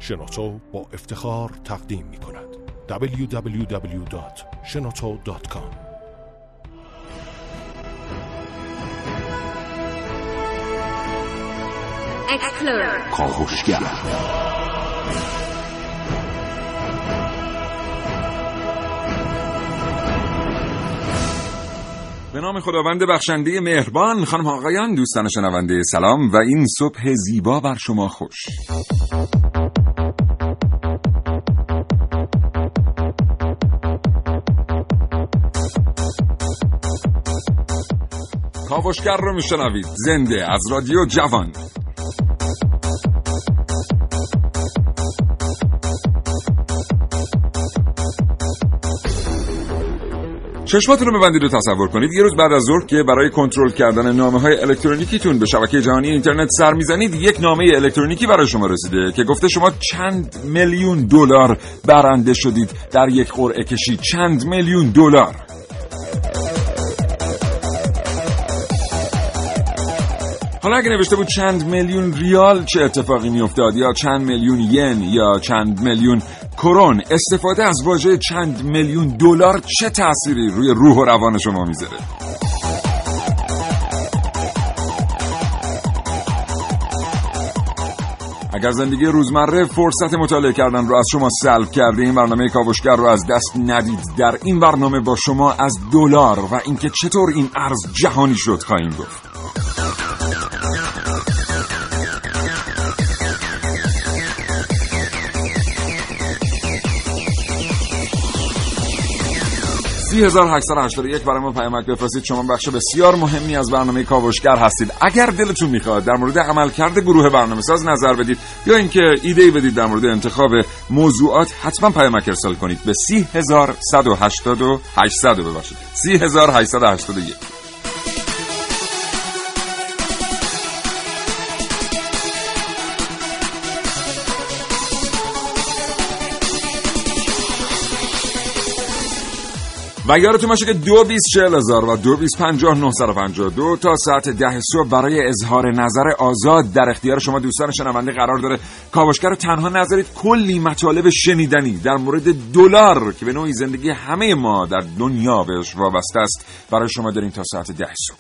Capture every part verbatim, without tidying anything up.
شنوتو با افتخار تقدیم می کند دبلیو دبلیو دبلیو دات شنوتو دات کام. اکسپلور کاوشگر. به نام خداوند بخشنده مهربان. خانم آقایان، دوستان شنونده، سلام و این صبح زیبا بر شما خوش. کاوشگر رو میشنوید زنده از رادیو جوان. چشماتون رو ببندید و تصور کنید یه روز بعد از ظهر که برای کنترل کردن نامه‌های الکترونیکیتون به شبکه جهانی اینترنت سر میزنید، یک نامه الکترونیکی برای شما رسیده که گفته شما چند میلیون دلار برنده شدید در یک قرعه کشی. چند میلیون دلار. حالا اگه نوشته بود چند میلیون ریال چه اتفاقی میافتاد، یا چند میلیون ین، یا چند میلیون کرون، استفاده از واژه چند میلیون دلار چه تأثیری روی روح و روان شما میذاره؟ اگر زندگی روزمره فرصت مطالعه کردن رو از شما سلب کرده، این برنامه کاوشگر رو از دست ندید. در این برنامه با شما از دلار و اینکه چطور این ارز جهانی شد خواهیم گفت. سی هزار و هشتصد و هشتاد و یک برای ما پیامک بفرستید. شما بخش بسیار مهمی از برنامه کاوشگر هستید. اگر دلتون میخواد در مورد عملکرد گروه برنامه‌ساز نظر بدید یا اینکه ایده‌ای بدید در مورد انتخاب موضوعات، حتما پیامک ارسال کنید به سی هزار و صد و هشتاد و هشتصد ببخشید سی هزار و هشتصد و هشتاد و یک. و یادتون باشه که دو بیست چهل هزار و دو بیست پنجاه نهصد و پنجاه و دو تا ساعت ده صبح برای اظهار نظر آزاد در اختیار شما دوستان شنونده قرار داره. کاوشگر رو تنها نذارید، کلی مطالب شنیدنی در مورد دلار که به نوعی زندگی همه ما در دنیا بهش وابسته است برای شما داریم تا ساعت ده صبح.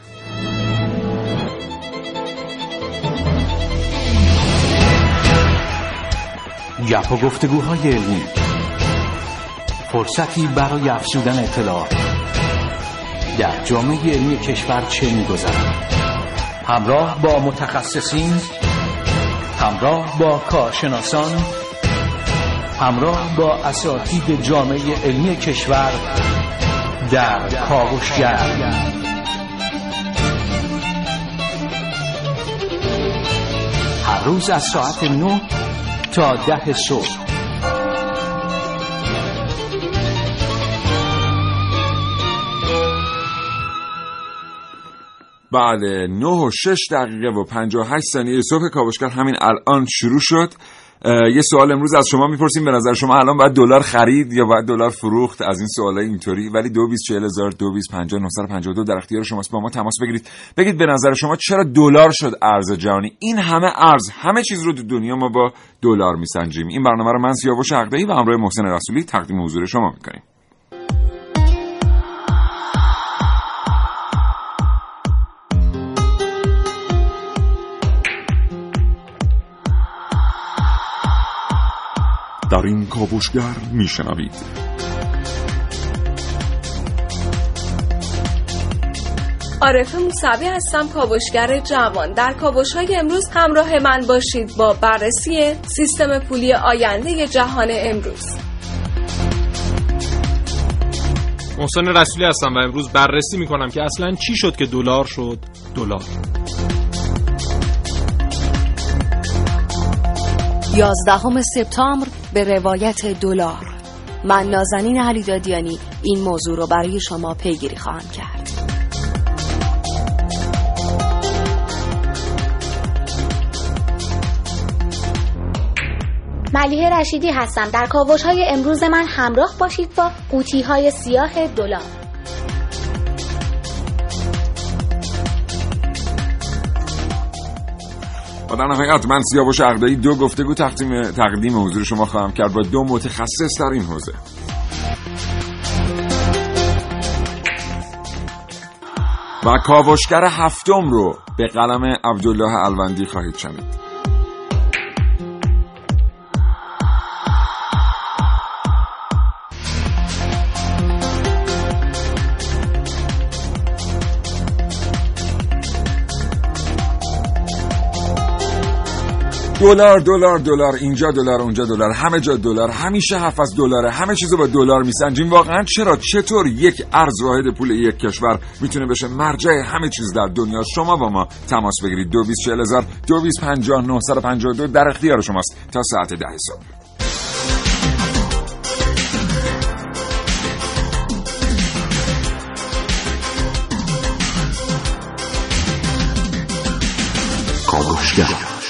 گپ و گفتگوهای علمی، فرصتی برای افزودن اطلاع در جامعه علمی کشور چه می‌گذرد. همراه با متخصصین، همراه با کارشناسان، همراه با اساتید جامعه علمی کشور در کاوشگر. هر روز از ساعت نه تا ده صبح. بله، نه و شش دقیقه و پنجاه و هشت ثانیه صبح کاوشگر همین الان شروع شد. یه سوال امروز از شما میپرسیم، به نظر شما الان باید دلار خرید یا باید دلار فروخت؟ از این سوالای اینطوری. ولی دو بیست چهل هزار دو بیست پنجاه نهصد و پنجاه و دو در اختیار شماست. با ما تماس بگیرید، بگید به نظر شما چرا دلار شد ارز جهانی؟ این همه ارز، همه چیز رو تو دنیا ما با دلار میسنجیم. این برنامه رو من سیاوش عقدایی و همراه محسن رسولی تقدیم حضور شما میکنیم. در این کاوشگر میشنوید عارفه موسوی هستم، کاوشگر جوان. در کاوش‌های امروز همراه من باشید با بررسی سیستم پولی آینده جهان امروز. محسن رسولی هستم و امروز بررسی میکنم که اصلاً چی شد که دلار شد دلار. یازدهم سپتامبر به روایت دلار. من نازنین علیدادیانی این موضوع رو برای شما پیگیری خواهم کرد. ملیحه رشیدی هستم. در کاوش‌های امروز من همراه باشید با قوطی‌های سیاه دلار. و در نهایت من سیاوش عقدایی دو گفتگو تقدیم تقدیم حضور شما خواهم کرد با دو متخصص در این حوزه. و کاوشگر هفتم رو به قلم عبدالله الوندی خواهید شنید. دلار دلار دلار، اینجا دلار اونجا دلار، همه جا دلار، همیشه حرف از دلاره، همه چیزو با دلار میسنجیم. واقعا چرا چطور یک ارز واحد پول یک کشور میتونه بشه مرجع همه چیز در دنیا؟ شما با ما تماس بگیرید. دو بیست چهل هزار دو بیست پنجاه نهصد و پنجاه و دو در اختیار شماست تا ساعت ده صبح. کاوشگر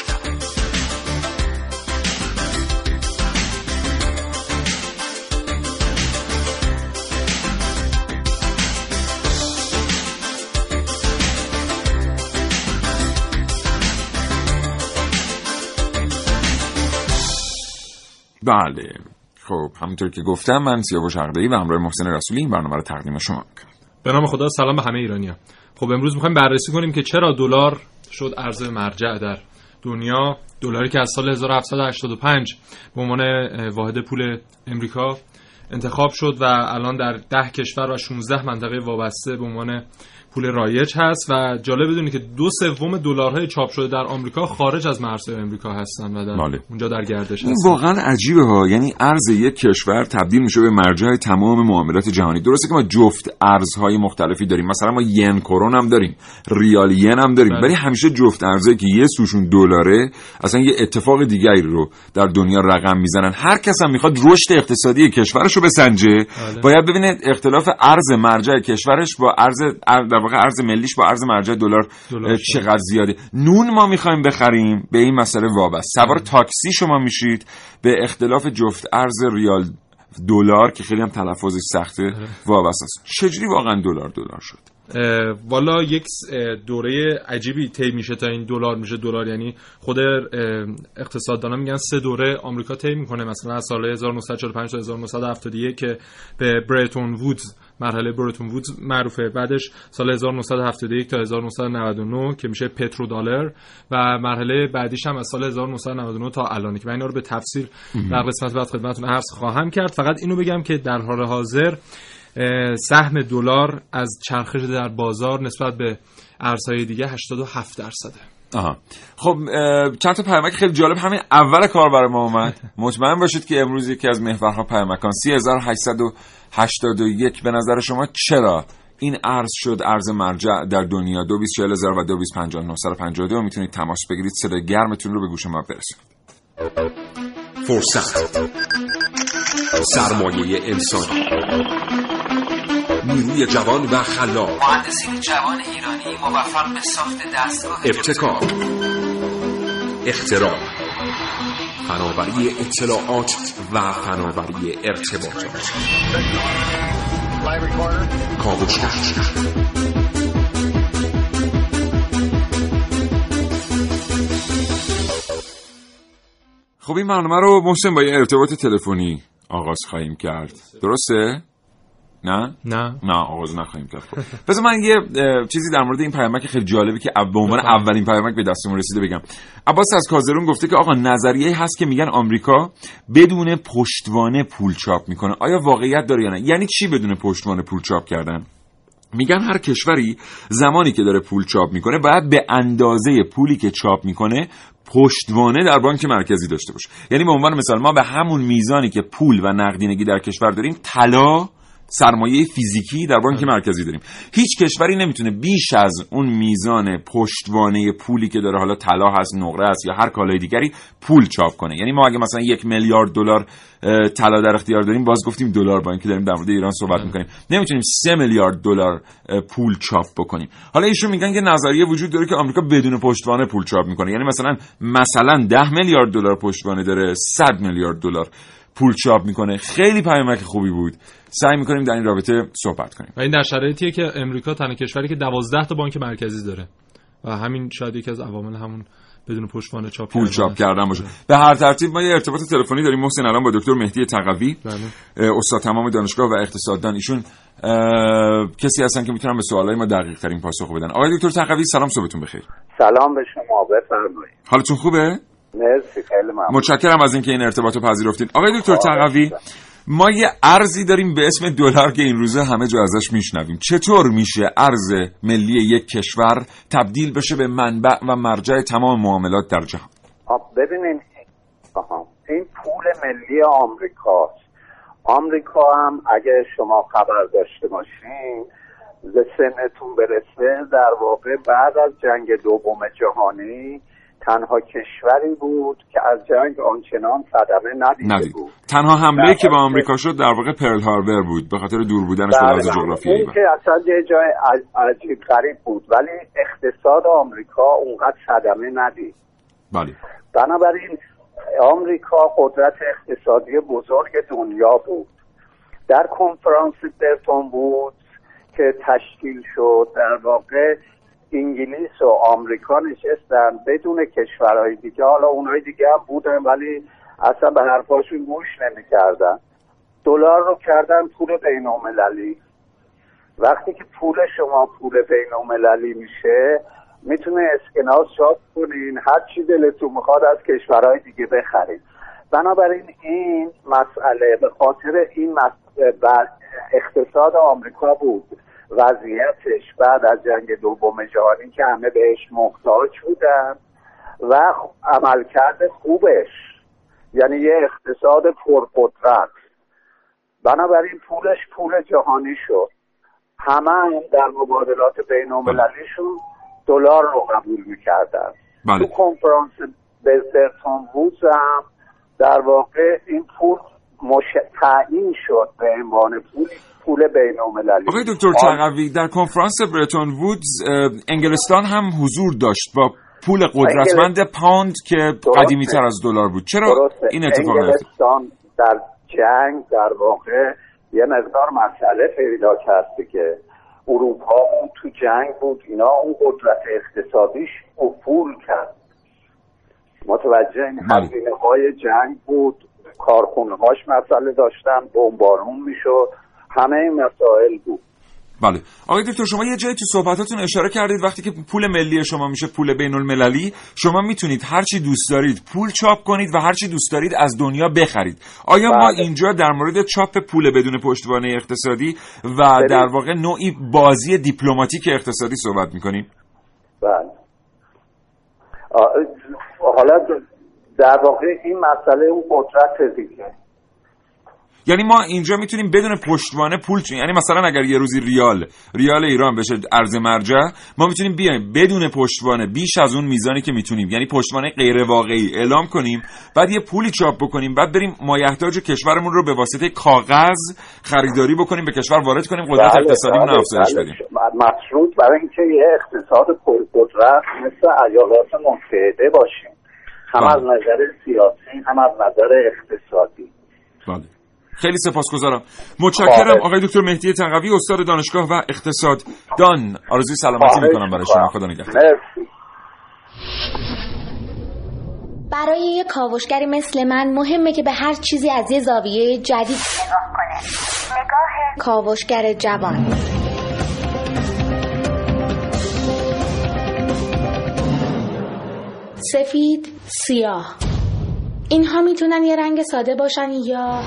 بله. خب همونطور که گفتم من سیاوش عقدایی و همراه محسن رسولی این برنامه رو تقدیم شما می‌کنم. به نام خدا، سلام به همه ایرانیان. خب امروز می‌خوایم بررسی کنیم که چرا دلار شد ارز مرجع در دنیا. دلاری که از سال هزار و هفتصد و هشتاد و پنج به عنوان واحد پول امریکا انتخاب شد و الان در ده کشور و شانزده منطقه وابسته به عنوان پول رایج هست و جالب بدونید که دو سوم دلارهای چاپ شده در آمریکا خارج از مرزهای آمریکا هستن و در ماله. اونجا در گردش هستن. این واقعا عجیبه ها. یعنی ارز یک کشور تبدیل میشه به مرجع تمام معاملات جهانی. درسته که ما جفت ارزهای مختلفی داریم، مثلا ما ین کرون هم داریم، ریال ین هم داریم، ولی همیشه جفت ارزایی که یه سوشون دلاره اصلا یه اتفاق دیگری رو در دنیا رقم میزنن. هر کس هم میخواد رشد اقتصادی کشورش رو بسنجه، آله. باید ببینه اختلاف ارز مرجع کشورش با ارز در واقع ارز ملیش با ارز مرجع دلار چقدر زیاده. نون ما میخوایم بخریم، به این مسئله وابسته. سوار تاکسی شما میشید، به اختلاف جفت ارز ریال دلار که خیلی هم تلفظش سخته وابسته است. چجوری واقعا دلار دلار شد؟ والا یک دوره عجیبی طی میشه تا این دلار میشه دلار. یعنی خود اقتصاددانا میگن سه دوره آمریکا طی میکنه، مثلا از سال هزار و نهصد و چهل و پنج تا هزار و نهصد و هفتاد و یک که به برتون وودز، مرحله برتون وودز معروفه، بعدش سال هزار و نهصد و هفتاد و یک تا هزار و نهصد و نود و نه که میشه پترو دلار و مرحله بعدیش هم از سال هزار و نهصد و نود و نه تا الان که من اینا رو به تفصیل در قسمت بعد خدمتتون عرض خواهم کرد. فقط اینو بگم که در حال حاضر سهم دلار از چرخش در بازار نسبت به ارزهای دیگه هشتاد و هفت درصده. آها. خب چند تا پیامک خیلی جالب همین اول کار برای ما اومد. مطمئن باشید که امروز یکی از محورها پیامکان سی هزار و هشتصد و هشتاد و یک. به نظر شما چرا این ارز شد ارز مرجع در دنیا؟ دو بیست چهل هزار و دو بیست پنجاه نهصد و پنجاه و دو میتونید تماس بگیرید، صدای گرمتون رو به گوش ما برسونید. فرصت، سرمایه انسانی، نیروی جوان و خلاق، مهندسین جوان ایرانی موفق به ساخت دستگاه ابتکار، اختراع، فناوری اطلاعات و فناوری ارتباطات. کاوشگر خب این برنامه رو محسن با یه ارتباط تلفنی آغاز خواهیم کرد، درسته؟ نه؟ نه نه آغاز نخواهیم کرد. خب بذار من یه چیزی در مورد این پیامک خیلی جالبی که به عنوان اولین پیامک به دستمون رسیده بگم. عباس از کازرون گفته که آقا نظریه‌ای هست که میگن آمریکا بدون پشتوانه پول چاپ میکنه. آیا واقعیت داره یا نه؟ یعنی چی بدون پشتوانه پول چاپ کردن؟ میگن هر کشوری زمانی که داره پول چاپ میکنه باید به اندازه پولی که چاپ میکنه پشتوانه در بانک مرکزی داشته باشه. یعنی به عنوان مثال ما به همون میزانی که پول و نقدینگی در کشور داریم طلا، سرمایه فیزیکی در بانک مرکزی داریم. هیچ کشوری نمیتونه بیش از اون میزان پشتوانه پولی که داره، حالا طلا هست، نقره هست یا هر کالای دیگری، پول چاپ کنه. یعنی ما اگه مثلا یک میلیارد دلار طلا در اختیار داریم، باز گفتیم دلار با اینکه داریم در مورد ایران صحبت میکنیم، نمیتونیم سه میلیارد دلار پول چاپ بکنیم. حالا ایشون میگن که نظریه وجود داره که آمریکا بدون پشتوانه پول چاپ میکنه. یعنی مثلا مثلا ده میلیارد دلار پشتوانه داره، صد میلیارد دلار پول چاپ میکنه. خیلی پیامک خوبی بود. سعی میکنیم در این رابطه صحبت کنیم. و این در شرایطیه که امریکا تنها کشوری که دوازده تا بانک مرکزی داره و همین شاید یکی از عوامل همون بدون پشتوانه چاپ پول چاپ کردن باشه. به هر ترتیب ما یه ارتباط تلفنی داریم محسن الان با دکتر مهدی تقوی، استاد تمام دانشگاه و اقتصاددان. ایشون کسی هستن که میتونن به سوالای ما دقیق ترین پاسخ بدن. آقای دکتر تقوی سلام، صبحتون بخیر. سلام به شما، بفرمایید. حالتون خوبه؟ مرسی، خیلی ممنون. متشکرم از اینکه این ارتباطو پذیرفتید. آقای دکتر تقوی، ما یه ارزی داریم به اسم دلار که این روزه همه جا ازش میشنویم. چطور میشه ارز ملی یک کشور تبدیل بشه به منبع و مرجع تمام معاملات در جهان؟ ببینین این پول ملی آمریکاست. آمریکا هم اگه شما خبر داشته باشین ز سنتون برسه، در واقع بعد از جنگ دوم جهانی تنها کشوری بود که از جنگ آنچنان صدمه ندیده ندید. بود. تنها حمله که به آمریکا شد در واقع پرل هاربر بود به خاطر دور بودنش به لحاظ جغرافیایی. این که اصلا یه جای عجیب غریب بود، ولی اقتصاد آمریکا اونقدر صدمه ندید. بله. بنابراین آمریکا قدرت اقتصادی بزرگ دنیا بود. در کنفرانس برتون وودز که تشکیل شد، در واقع انگلیس و آمریکا نشستن بدون کشورهای دیگه، حالا اونهای دیگه هم بودن ولی اصلا به حرفاشون گوش نمی‌کردن. دلار رو کردن پول بین‌المللی. وقتی که پول شما پول بین‌المللی میشه میتونه اسکناس چاپ کنین، هر چی دلتون میخواد از کشورهای دیگه بخرید. بنابراین این مسئله به خاطر این مسئله اقتصاد آمریکا بود، وضعیتش بعد از جنگ دوم جهانی که همه بهش محتاج بودن و عملکرد خوبش، یعنی یه اقتصاد پرقدرت. بنابراین پولش پول جهانی شد. همه هم در مبادلات بین‌المللیشون دلار رو قبول میکردن. بله. تو کنفرانس برتون وودز هم در واقع این پول مش... تعیین شد به عنوان پول پول بین‌المللی. آقای دکتر تقوی، در کنفرانس برتون وودز انگلستان هم حضور داشت با پول قدرتمند پوند که قدیمی تر از دلار بود. چرا درسته. این اتفاق افتاد؟ انگلستان در جنگ در واقع یه مقدار مسئله پیدا کرد که اروپا اون تو جنگ بود، اینا اون قدرت اقتصادیش افول کرد. متوجه این هزینه های جنگ بود، کارخونه هاش مسئله داشتن، بمبارون میشد، همه این مسائل بود. بله. آقای دکتر شما یه جایی تو صحبتاتون اشاره کردید وقتی که پول ملی شما میشه پول بین المللی، شما میتونید هر چی دوست دارید پول چاپ کنید و هر چی دوست دارید از دنیا بخرید. آیا بله. ما اینجا در مورد چاپ پول بدون پشتوانه اقتصادی و بله. در واقع نوعی بازی دیپلماتیک اقتصادی صحبت میکنیم؟ بله. حالا در واقع این مسئله اون قدرت دیگه، یعنی ما اینجا میتونیم بدون پشتوانه پول چون، یعنی مثلا اگر یه روزی ریال ریال ایران بشه ارز مرجع، ما میتونیم بیایم بدون پشتوانه بیش از اون میزانی که میتونیم، یعنی پشتوانه غیر واقعی اعلام کنیم، بعد یه پولی چاپ بکنیم، بعد بریم مایحتاج کشورمون رو به واسطه کاغذ خریداری بکنیم، به کشور وارد کنیم، قدرت بله اقتصادیمون رو افزایش بدیم. مشروط برای اینکه یه اقتصاد پرقدرت مثل ایالات متحده باشیم، هم بله. از نظر سیاسی هم از نظر اقتصادی. بله. خیلی سپاسگزارم. متشکرم آقای دکتر مهدی تقوی، استاد دانشگاه و اقتصاددان. آرزوی سلامتی میکنم برای شما. خدا نگهدار. برای یک کاوشگری مثل من مهمه که به هر چیزی از یه زاویه جدید نگاه کنه. نگاه کاوشگر جوان. سفید، سیاه. اینها میتونن یه رنگ ساده باشن یا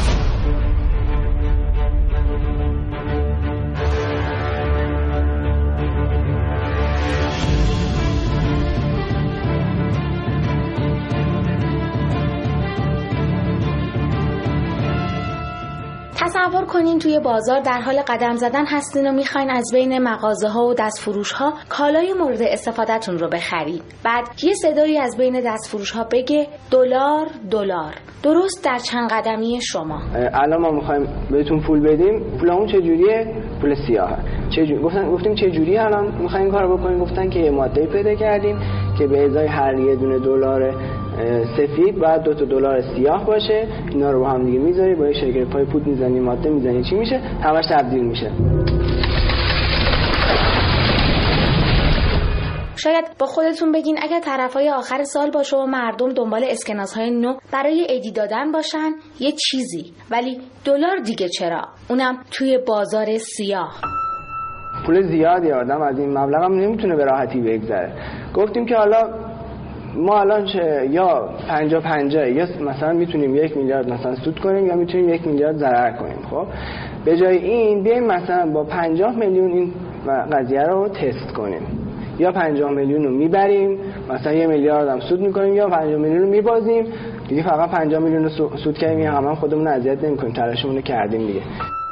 تصور کنین توی بازار در حال قدم زدن هستین و میخواین از بین مغازه ها و دست فروش ها کالای مورد استفادهتون رو بخرید. بعد یه صدایی از بین دست فروش ها بگه دلار دلار. درست در چند قدمی شما. الان ما میخوایم بهتون پول بدیم، پولمون چه جوریه؟ پول سیاهه. چه جوری؟ گفتن گفتیم چه جوری الان میخوایم کارو بکنیم؟ گفتن که یه ماده پیدا کردیم که به ازای هر یه دونه دلار سفید باید دو تا دلار سیاه باشه، اینا رو با هم دیگه میذاری، با یه شرکت پای پود میزنی، ماده میزنی، چی میشه؟ همش تبدیل میشه. شاید با خودتون بگین اگر طرفای آخر سال باشه و مردم دنبال اسکناس‌های نو برای عیدی دادن باشن یه چیزی، ولی دلار دیگه چرا؟ اونم توی بازار سیاه. پول زیادی آدم از این مبلغ هم نمیتونه به راحتی بگذره. گفتیم که حالا ما الان چه یا پنجاه پنجاه یا مثلا میتونیم یک میلیارد مثلا سود کنیم یا میتونیم یک میلیارد ضرر کنیم. خب به جای این بیایم مثلا با پنجاه میلیون این قضیه رو تست کنیم، یا پنجاه میلیون رو میبریم مثلا یه میلیارد هم سود میکنیم، یا پنجاه میلیون رو میبازیم دیگه، فقط پنجاه میلیون رو سود کنیم یا هم خودمون اذیت نمیکنیم، تلاشمون رو کردیم دیگه.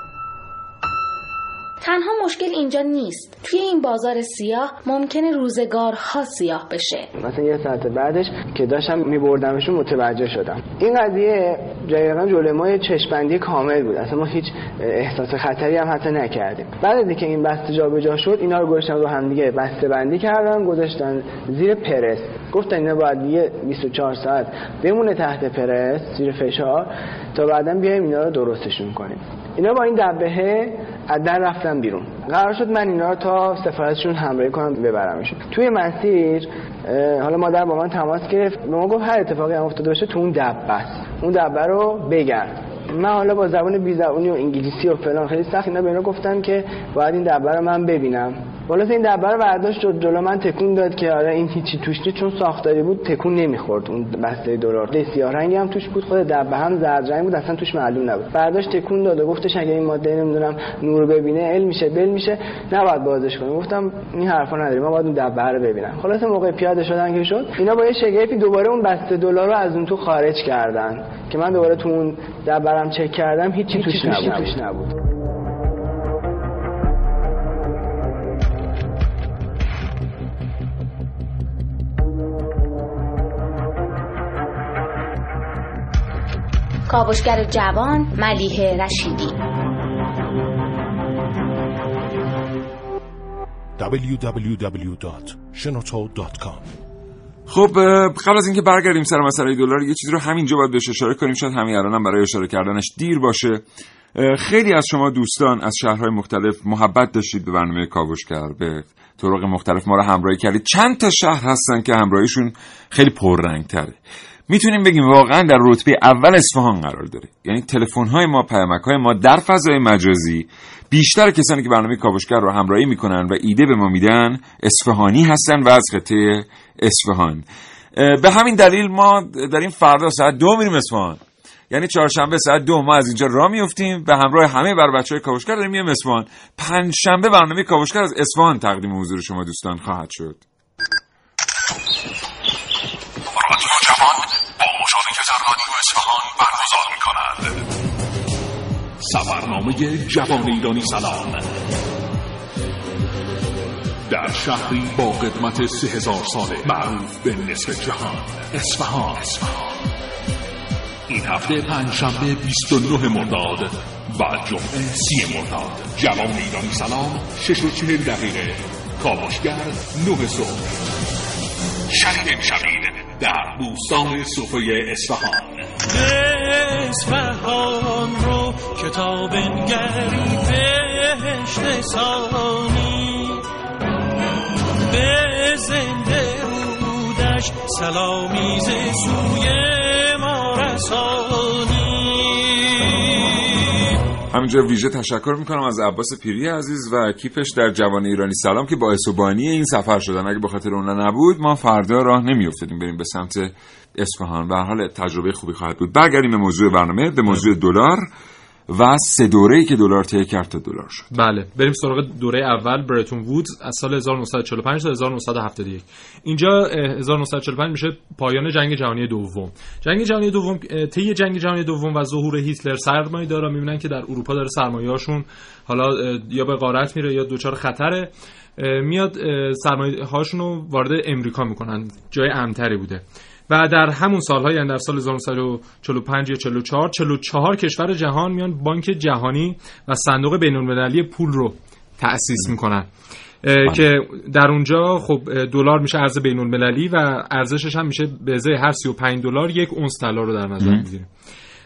تنها مشکل اینجا نیست، توی این بازار سیاه ممکنه روزگارها سیاه بشه. مثلا یه ساعت بعدش که داشتم میبردمشون متوجه شدم این قضیه دقیقاً جلوی ما یه چشم‌بندی کامل بود، اصلا ما هیچ احساس خطری هم حتی نکردیم. بعد از اینکه این بسته جابجا شد اینا رو گذاشتن رو هم دیگه بسته بندی کردن، گذاشتن زیر پرس، گفتن اینا باید یه بیست و چهار ساعت بمونه تحت پرس زیر فشار تا بعداً بیایم اینا رو درستشون کنیم. اینا با این دبهه از در رفتن بیرون. قرار شد من اینا رو تا سفارتشون همراهی کنم ببرمشون. توی مسیر حالا مادر با من تماس گرفت، به ما گفت هر اتفاقی هم افتاده باشه تو اون دبه است، اون دبه رو بگرد. من حالا با زبان بی زبانی و انگلیسی و فلان خیلی سخت اینا به اینا گفتن که باید این دبه رو من ببینم. والا این دبه رو برداشت جلو من تکون داد که آره این هیچی توش نیست، چون ساختاری بود تکون نمیخورد. اون بسته دلار سیاه رنگی هم توش بود، خود دبه هم زرد رنگ بود، اصلا توش معلوم نبود. برداشت تکون داد و گفتش اگه این ماده نمیدونم نور ببینه ال میشه بل میشه نباید بازش کنیم. گفتم این حرفا نداریم، ما باید اون دبه رو ببینم. خلاص موقع پیاده شدن که شد اینا با یه شگفتی دوباره اون بسته دلار رو از اون تو خارج کردن که من دوباره تو اون دبرم چک کردم هیچی توش نبود. کاوشگر جوان ملیحه رشیدی. دبلیو دبلیو دبلیو دات شنوتو دات کام. خب قبل از اینکه برگردیم سر مسئله دلار یه چیزی رو همینجا باید بهش اشاره کنیم، شاید همین الانم هم برای اشاره کردنش دیر باشه. خیلی از شما دوستان از شهرهای مختلف محبت داشتید به برنامه کاوشگر، به طرق مختلف ما رو همراهی کردید. چند تا شهر هستن که همراهیشون خیلی پررنگ‌تره. میتونیم بگیم واقعا در رتبه اول اصفهان قرار داره. یعنی تلفن‌های ما، پیامک‌های ما در فضای مجازی بیشتر کسانی که برنامه کاوشگر رو همراهی میکنن و ایده به ما میدن اصفهانی هستن و از خطه اصفهان. به همین دلیل ما داریم فردا ساعت دو میریم اصفهان، یعنی چهارشنبه ساعت دو ما از اینجا راه میافتیم به همراه همه بر بچهای کاوشگر داریم میریم اصفهان. پنجشنبه برنامه کاوشگر از اصفهان تقدیم حضور شما دوستان خواهد شد. سفرنامه جوان ایرانی سلام در شهری با قدمت سه هزار ساله معروف به نصف جهان، اصفهان. این هفته پنجشنبه بیست و نه مرداد و جمعه سی مرداد. جوان ایرانی سلام شش و چهل دقیقه، کاوشگر نه صبح. شهید شهید در بوستان صوفه اصفهان. اصفهان رو کتاب انگری بهشت ثانی، به زنده رودش سلامی ز سوی ما رسانی. همینجا ویژه تشکر میکنم از عباس پیری عزیز و اکیپش در جوان ایرانی سلام که باعث و بانی این سفر شدن. اگه به خاطر اونا نبود ما فردا راه نمیافتادیم بریم به سمت اصفهان. به هر حال تجربه خوبی خواهد بود. برگردیم به موضوع برنامه، به موضوع دلار و سه دوره‌ای که دلار طی کرد تا دلار شد. بله بریم سراغ دوره اول، برتون وودز از سال هزار و نهصد و چهل و پنج تا هزار و نهصد و هفتاد و یک. اینجا هزار و نهصد و چهل و پنج میشه پایان جنگ جهانی دوم. جنگ جهانی دوم طی جنگ جهانی دوم و ظهور هیتلر سرمایه‌دارا میبینن که در اروپا داره سرمایه‌هاشون حالا یا به غارت میره یا دچار خطره، میاد سرمایه‌هاشون رو وارد امریکا میکنن، جای امن‌تری بوده. و در همون سال‌ها یعنی در سال هزار و نهصد و چهل و پنج یا چهل و چهار چهل و چهار کشور جهان میان بانک جهانی و صندوق بین‌المللی پول رو تأسیس میکنن که در اونجا خب دلار میشه ارز بین‌المللی و ارزشش هم میشه به ازای هر سی و پنج دلار یک اونس طلا رو در نظر میگیریم.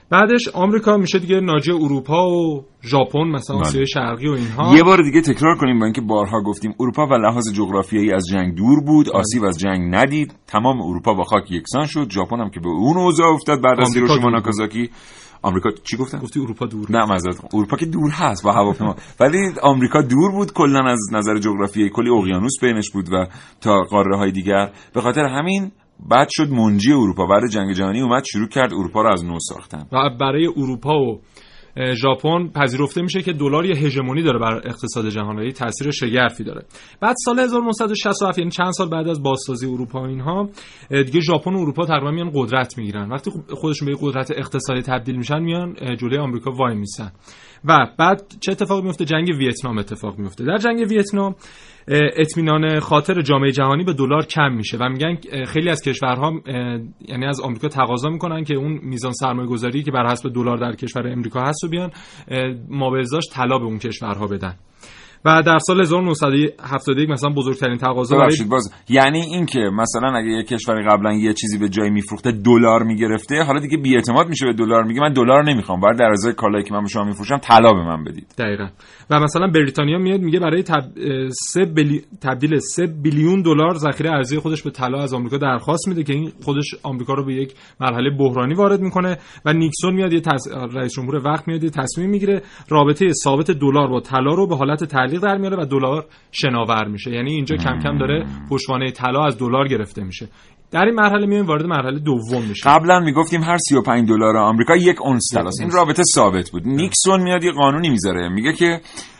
بعدش آمریکا میشه دیگه ناجی اروپا و ژاپن، مثلا آسیای شرقی و اینها. یه بار دیگه تکرار کنیم با اینکه بارها گفتیم اروپا و لحاظ جغرافیایی از جنگ دور بود، آسیب از جنگ ندید، تمام اروپا با خاک یکسان شد. ژاپن هم که به اون اوضاع افتاد بعد از هیروشیما و ناگازاکی. آمریکا چی گفتن؟ گفتی اروپا دور. نه معذرت، اروپا که دور هست با هواپیما، ولی آمریکا دور بود کلا از نظر جغرافیایی، کلی اقیانوس بینش بود و تا قاره های دیگر. به خاطر همین بعد شد منجی اروپا. بعد جنگ جهانی اومد شروع کرد اروپا رو از نو ساختن. و برای اروپا و ژاپن پذیرفته میشه که دلار یه هژمونی داره بر اقتصاد جهان و یه تاثیر شگرفی داره. بعد سال هزار و نهصد و شصت و هفت، یعنی چند سال بعد از بازسازی اروپا و اینها، دیگه ژاپن و اروپا تقریبا میان قدرت میگیرن. وقتی خودشون به قدرت اقتصادی تبدیل میشن، میان جلوی آمریکا وای میسن. و بعد چه اتفاقی میفته؟ جنگ ویتنام اتفاق میفته. در جنگ ویتنام اطمینان خاطر جامعه جهانی به دلار کم میشه و میگن خیلی از کشورها یعنی از آمریکا تقاضا میکنن که اون میزان سرمایه‌گذاری که بر حسب دلار در کشور امریکا هست رو بیان مابعضاش طلا به اون کشورها بدن. و در سال هزار و نهصد و هفتاد و یک مثلا بزرگترین تقاضا برای باز یعنی این که مثلا اگه یه کشوری قبلا یه چیزی به جای میفروخته دلار میگرفته، حالا دیگه بی‌اعتماد میشه به دلار، میگه من دلار نمیخوام، باید در ازای کالایی که من به شما میفروشم طلا به من بدید. دقیقاً. و مثلا بریتانیا میاد میگه برای تب... سه بلی... تبدیل سه بیلیون دلار ذخیره ارزی خودش به طلا از آمریکا درخواست میده که این خودش آمریکا رو به یک مرحله بحرانی وارد میکنه. و نیکسون میاد یه تص... رئیس جمهور وقت میاد یه تصمیم میگیره رابطه ثابت دلار با طلا رو به حالت تعلیق در میاره و دلار شناور میشه. یعنی اینجا کم کم داره پشتوانه طلا از دلار گرفته میشه. در این مرحله میایم وارد مرحله دوم میشه. قبلا میگفتیم هر سی و پنج دلار آمریکا یک اونس طلاست. این رابطه ثابت بود. نیکسون میاد یه قانونی میذاره، میگه که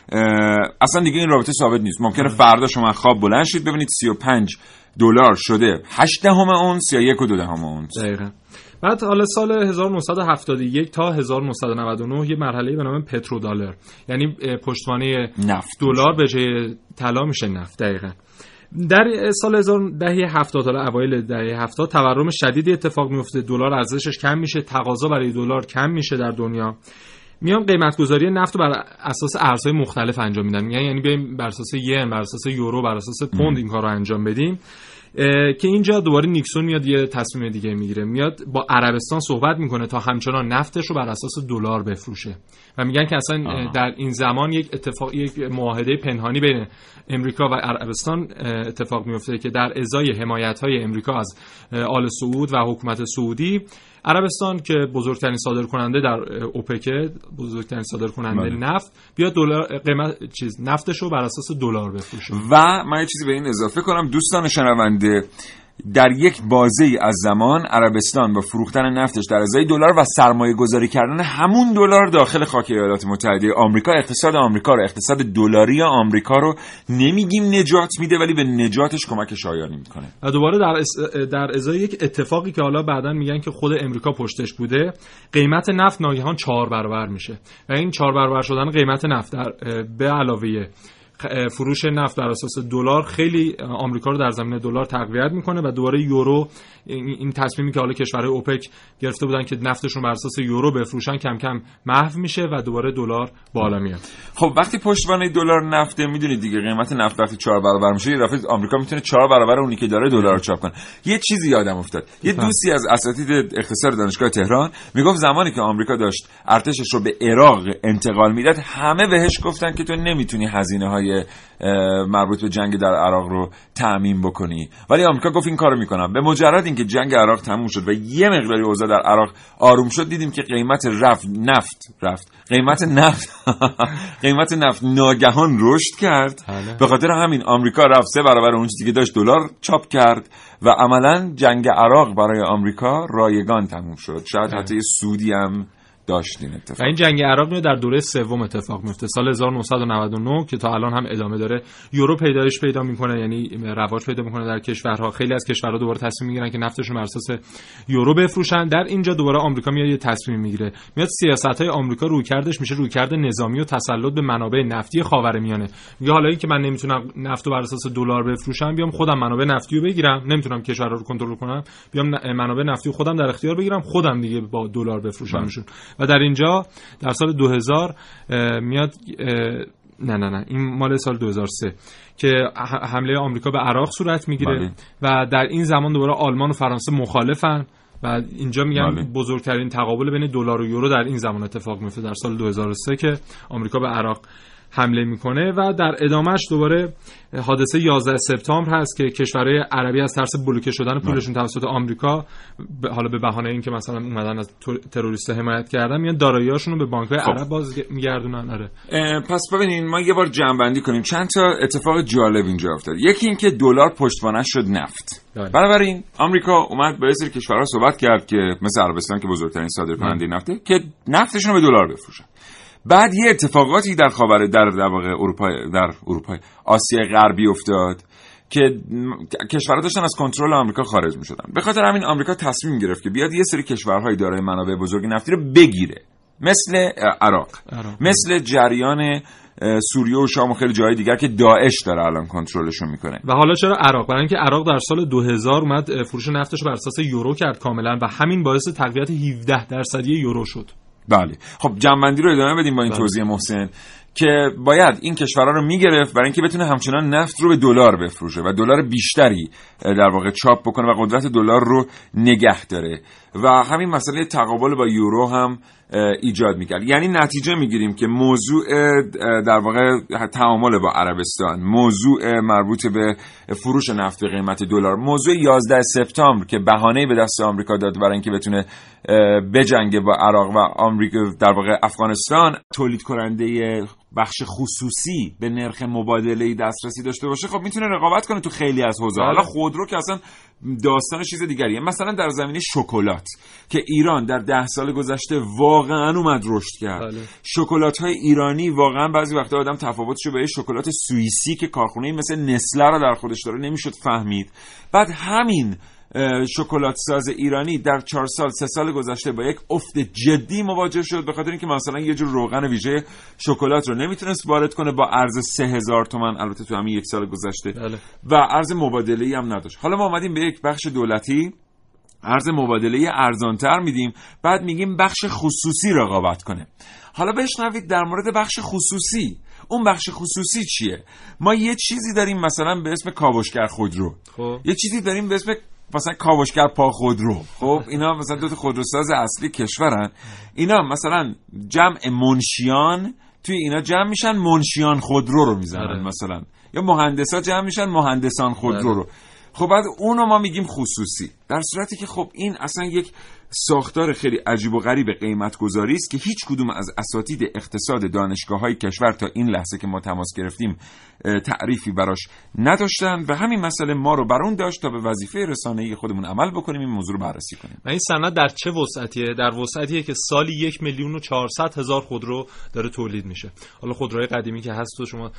اصلا دیگه این رابطه ثابت نیست. ممکنه فردا شما خواب بلند شید ببینید سی و پنج دلار شده هشت دهم اونس یا یک و دو دهم اونس. دقیقاً. بعد حالا سال هزار و نهصد و هفتاد و یک تا هزار و نهصد و نود و نه یه مرحله به نام پترودلار، یعنی پشتوانه نفت دلار به جای طلا میشه نفت. دقیقاً. در سال هزار دهه هفتاد تا اوایل دهه هفتاد تورم شدیدی اتفاق میفته، دلار ارزشش کم میشه، تقاضا برای دلار کم میشه در دنیا. میان قیمت‌گذاری نفت رو بر اساس ارزهای مختلف انجام میدن. میگن یعنی بریم بر اساس ین، بر اساس یورو، بر اساس پوند این کارو انجام بدیم. که اینجا دوباره نیکسون میاد یه تصمیم دیگه میگیره، میاد با عربستان صحبت میکنه تا همچنان نفتش رو بر اساس دلار بفروشه و میگن که اصلا آه. در این زمان یک اتفاق یک معاهده پنهانی بین امریکا و عربستان اتفاق میفته که در ازای حمایت‌های امریکا از آل سعود و حکومت سعودی، عربستان که بزرگترین صادرکننده در اوپک، بزرگترین صادرکننده بله. نفت، بیاد دلار قیمت چیز نفتش رو بر اساس دلار بفروشه. و من یه چیزی به این اضافه کنم دوستان شنونده، در یک بازه‌ای از زمان عربستان با فروختن نفتش در ازای دلار و سرمایه گذاری کردن همون دلار داخل خاک ایالات متحده آمریکا، اقتصاد آمریکا رو، اقتصاد دلاری آمریکا رو نمیگیم نجات میده ولی به نجاتش کمک شایانی میکنه. و دوباره در از... در ازای یک اتفاقی که حالا بعداً میگن که خود امریکا پشتش بوده، قیمت نفت ناگهان چهار برابر میشه و این چهار برابر شدن قیمت نفت در به علاوه فروش نفت بر اساس دلار خیلی آمریکا رو در زمینه دلار تقویت میکنه و دوباره یورو، این تصمیمی که حالا کشورهای اوپک گرفته بودن که نفتشون بر اساس یورو بفروشن کم کم محو میشه و دوباره دلار بالا میاد. خب وقتی پشتوانه دلار نفته، میدونید دیگه قیمت نفت وقتی چهار برابر میشه یه دفعه آمریکا میتونه چهار برابر اونی که داره دلار رو چاپ کنه. یه چیزی یادم افتاد، یه دوستی از اساتید اقتصاد دانشگاه تهران میگفت زمانی که آمریکا داشت ارتشش رو به عراق انتقال میداد، همه بهش گفتن که تو نمیتونی هزینه‌های مربوط به جنگ در عراق رو تأمین بکنی، ولی آمریکا گفت این کارو میکنم. به مجرد اینکه جنگ عراق تموم شد و یه مقداری اوضاع در عراق آروم شد، دیدیم که قیمت رفت نفت رفت قیمت نفت قیمت نفت ناگهان رشد کرد. به خاطر همین آمریکا رفت سه برابر اون چیزی که داشت دلار چاپ کرد و عملاً جنگ عراق برای آمریکا رایگان تموم شد. شاید حتی یه سودی هم داشتین اتفاق. و این جنگ عراق میاد در دوره سوم اتفاق میفته، سال هزار و نهصد و نود و نه که تا الان هم ادامه داره. یورو پیدایش پیدا میکنه، یعنی رواج پیدا میکنه در کشورها. خیلی از کشورها دوباره تصمیم میگیرن که نفتشون بر اساس یورو بفروشن. در اینجا دوباره آمریکا میاد یه تصمیم میگیره، میاد سیاست‌های آمریکا رویکردش میشه رویکرد نظامی و تسلط به منابع نفتی خاورمیانه. میگه حالا اینکه من نمیتونم نفتو بر اساس دلار بفروشم، بیام خودم منابع نفتی رو بگیرم، نمیتونم کشورها رو کنترل کنم، بیام منابع نفتی رو خودم در اختیار بگیرم، خودم دیگه با دلار بفروشمشون. و در اینجا در سال دو هزار میاد، نه نه نه این مال سال دو هزار و سه که حمله آمریکا به عراق صورت میگیره و در این زمان دوباره آلمان و فرانسه مخالفن و اینجا میگن بله. بزرگترین تقابل بین دلار و یورو در این زمان اتفاق میفته در سال دو هزار و سه که آمریکا به عراق حمله میکنه و در ادامهش دوباره حادثه یازده سپتامبر هست که کشورهای عربی از ترس بلوکه شدن پولشون توسط آمریکا حالا به بهانه اینکه مثلا اومدن از تروریست حمایت کردن میان دارایی‌هاشون رو به بانک‌های خب. عرب باز میگردونن. آره پس ببینین ما یه بار جمع‌بندی کنیم چند تا اتفاق جالب اینجا افتاد. یکی این که دلار پشتوانش شد نفت. بنابراین آمریکا اومد با یه سری کشورها صحبت کرد که مثل عربستان که بزرگترین صادرکننده نفته که نفتشون رو به دلار بفروشن. بعد یه اتفاقاتی در خاور در در واقع اروپا در اروپا آسیای غربی افتاد که کشورها داشتن از کنترل آمریکا خارج می‌شدن. به خاطر همین آمریکا تصمیم گرفت که بیاد یه سری کشورهای دارای منابع بزرگ نفتی رو بگیره، مثل عراق، عراق. مثل جریان سوریه و شام و خیلی جای دیگر که داعش داره الان کنترلشون میکنه. و حالا چرا عراق؟ برای اینکه عراق در سال دو هزار اومد فروش نفتش رو بر اساس یورو کرد کاملا و همین باعث تقویت هفده درصدی یورو شد. بله. خب جمع‌بندی رو ادامه بدیم با این بله. توضیح محسن که باید این کشورها رو میگرفت برای اینکه بتونه همچنان نفت رو به دلار بفروشه و دلار بیشتری در واقع چاپ بکنه و قدرت دلار رو نگه داره و همین مسئله تقابل با یورو هم ایجاد میکرد. یعنی نتیجه میگیریم که موضوع در واقع تعامل با عربستان، موضوع مربوط به فروش نفت به قیمت دلار، موضوع یازده سپتامبر که بهانه‌ای به دست آمریکا داد برای اینکه بتونه بجنگه با عراق و آمریکا در واقع افغانستان تولید کننده بخش خصوصی به نرخ مبادله‌ای دسترسی داشته باشه، خب میتونه رقابت کنه تو خیلی از حوزه‌ها. حالا خودرو که اصلا داستان چیز دیگریه. مثلا در زمینه شکلات که ایران در ده سال گذشته واقعا اومد رشد کرد. شکلات‌های ایرانی واقعا بعضی وقتا آدم تفاوتشو با شکلات سوئیسی که کارخونه‌ای مثل نسله رو در خودش داره نمیشد فهمید. بعد همین شکلات ساز ایرانی در چهار سال سه سال گذشته با یک افت جدی مواجه شد به خاطر اینکه مثلا یه جور روغن ویژه شکلات رو نمیتونست وارد کنه با ارز سه هزار تومان، البته تو همین یک سال گذشته بله. و ارز مبادله‌ای هم نداشت. حالا ما اومدیم به یک بخش دولتی ارز مبادله‌ای ارزان‌تر میدیم، بعد میگیم بخش خصوصی رقابت کنه. حالا بشنوید در مورد بخش خصوصی. اون بخش خصوصی چیه؟ ما یه چیزی داریم مثلا به اسم کاوشگر خودرو، خب یه چیزی داریم به اسم مثلا کاوشگر پا خودرو. خب اینا مثلا دو تا خودروساز اصلی کشورن. اینا مثلا جمع منشیان توی اینا جمع میشن منشیان خودرو رو میزنن مثلا، یا مهندسا جمع میشن مهندسان خودرو رو. خب بعد اونو ما میگیم خصوصی، در صورتی که خب این اصلا یک ساختار خیلی عجیب و غریب قیمت گذاری است که هیچ کدوم از اساتید اقتصاد دانشگاه‌های کشور تا این لحظه که ما تماس گرفتیم تعریفی براش نداشتن و همین مسئله ما رو بر اون داشت تا به وظیفه رسانه‌ای خودمون عمل بکنیم، این موضوع رو بررسی کنیم. و این سند در چه وسعتیه؟ در وسعتیه که سالی یک میلیون و چهارصد هزار خودرو داره تولید میشه. حالا خودروهای قدیمی که هست تو شما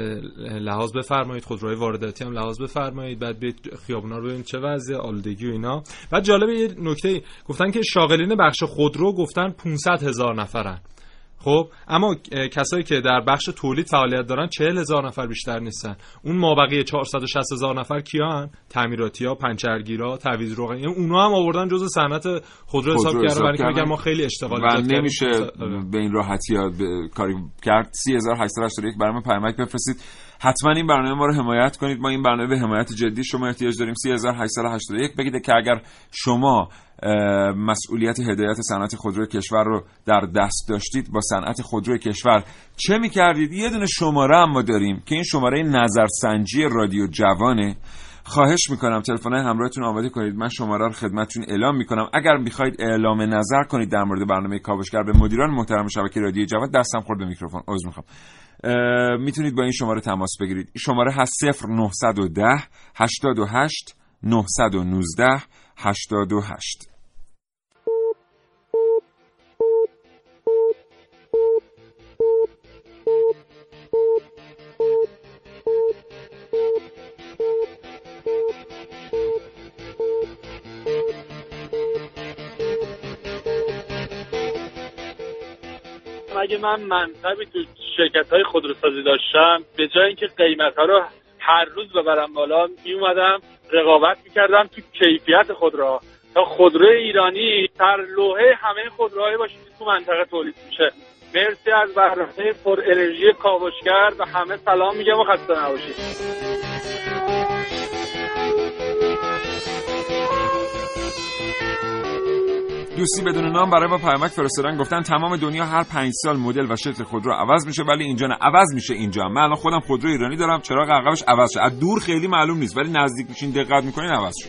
لحاظ بفرمایید، خودروهای وارداتی هم لحاظ بفرمایید، بعد به خیابونا رو ببینید چه وضعیه، آلودگی و اینا. بعد جالب یه نکته گفتن که شاغلین بخش خودرو گفتن پانصد هزار نفرن. خب اما کسایی که در بخش تولید فعالیت دارن چهل هزار نفر بیشتر نیستن. اون مابقی چهارصد و شصت هزار نفر کیان؟ تعمیراتی‌ها، پنچرگیرا، تعویض روغن. یعنی اونا هم آوردن جزء صنعت خودرو حساب کردن برای اینکه میگن ما خیلی اشتغال و نمیشه به این راحتی ها کاری کرد. سه هزار و هشتصد و هشتاد و یک برنامه پیامک بفرستید. حتما این برنامه ما رو حمایت کنید. ما این برنامه به حمایت جدی شما احتیاج داریم. سه هزار و هشتصد و هشتاد و یک بگید که اگر شما مسئولیت هدایت صنعت خودروی کشور رو در دست داشتید با صنعت خودروی کشور چه می‌کردید. یه دونه شماره هم ما داریم که این شماره نظرسنجی رادیو جوانه. خواهش میکنم تلفن‌های همراهتون آماده کنید، من شماره رو خدمتتون اعلام میکنم. اگر میخواید اعلام نظر کنید در مورد برنامه کاوشگر به مدیران محترم شبکه رادیو جوان، دستم خورد به میکروفون، عذر میخوام، میتونید با این شماره تماس بگیرید. شماره هست صفر نهصد و ده هشتاد و هشت نهصد و نوزده هشتاد و هشت. اگه من منصبی تو شرکت‌های خودروسازی داشتم، به جای اینکه قیمت‌ها رو هر روز ببرم بالا، میومدم رقابت میکردم تو کیفیت خودروها تا خودرو ایرانی تر لوحه همه خودروهای باشه تو منطقه تولید میشه. مرسی از برنامه پر انرژی کاوشگر و همه سلام میگم و خسته نباشید. دوستی بدون نام برای ما پیامک فرستادن، گفتن تمام دنیا هر پنج سال مدل و شکل خودرو عوض میشه ولی اینجا نه، عوض میشه اینجا. من الان خودم خودرو ایرانی دارم، چراغ عقبش عوض شد. از دور خیلی معلوم نیست ولی نزدیک میشین دقت میکنین عوض شد.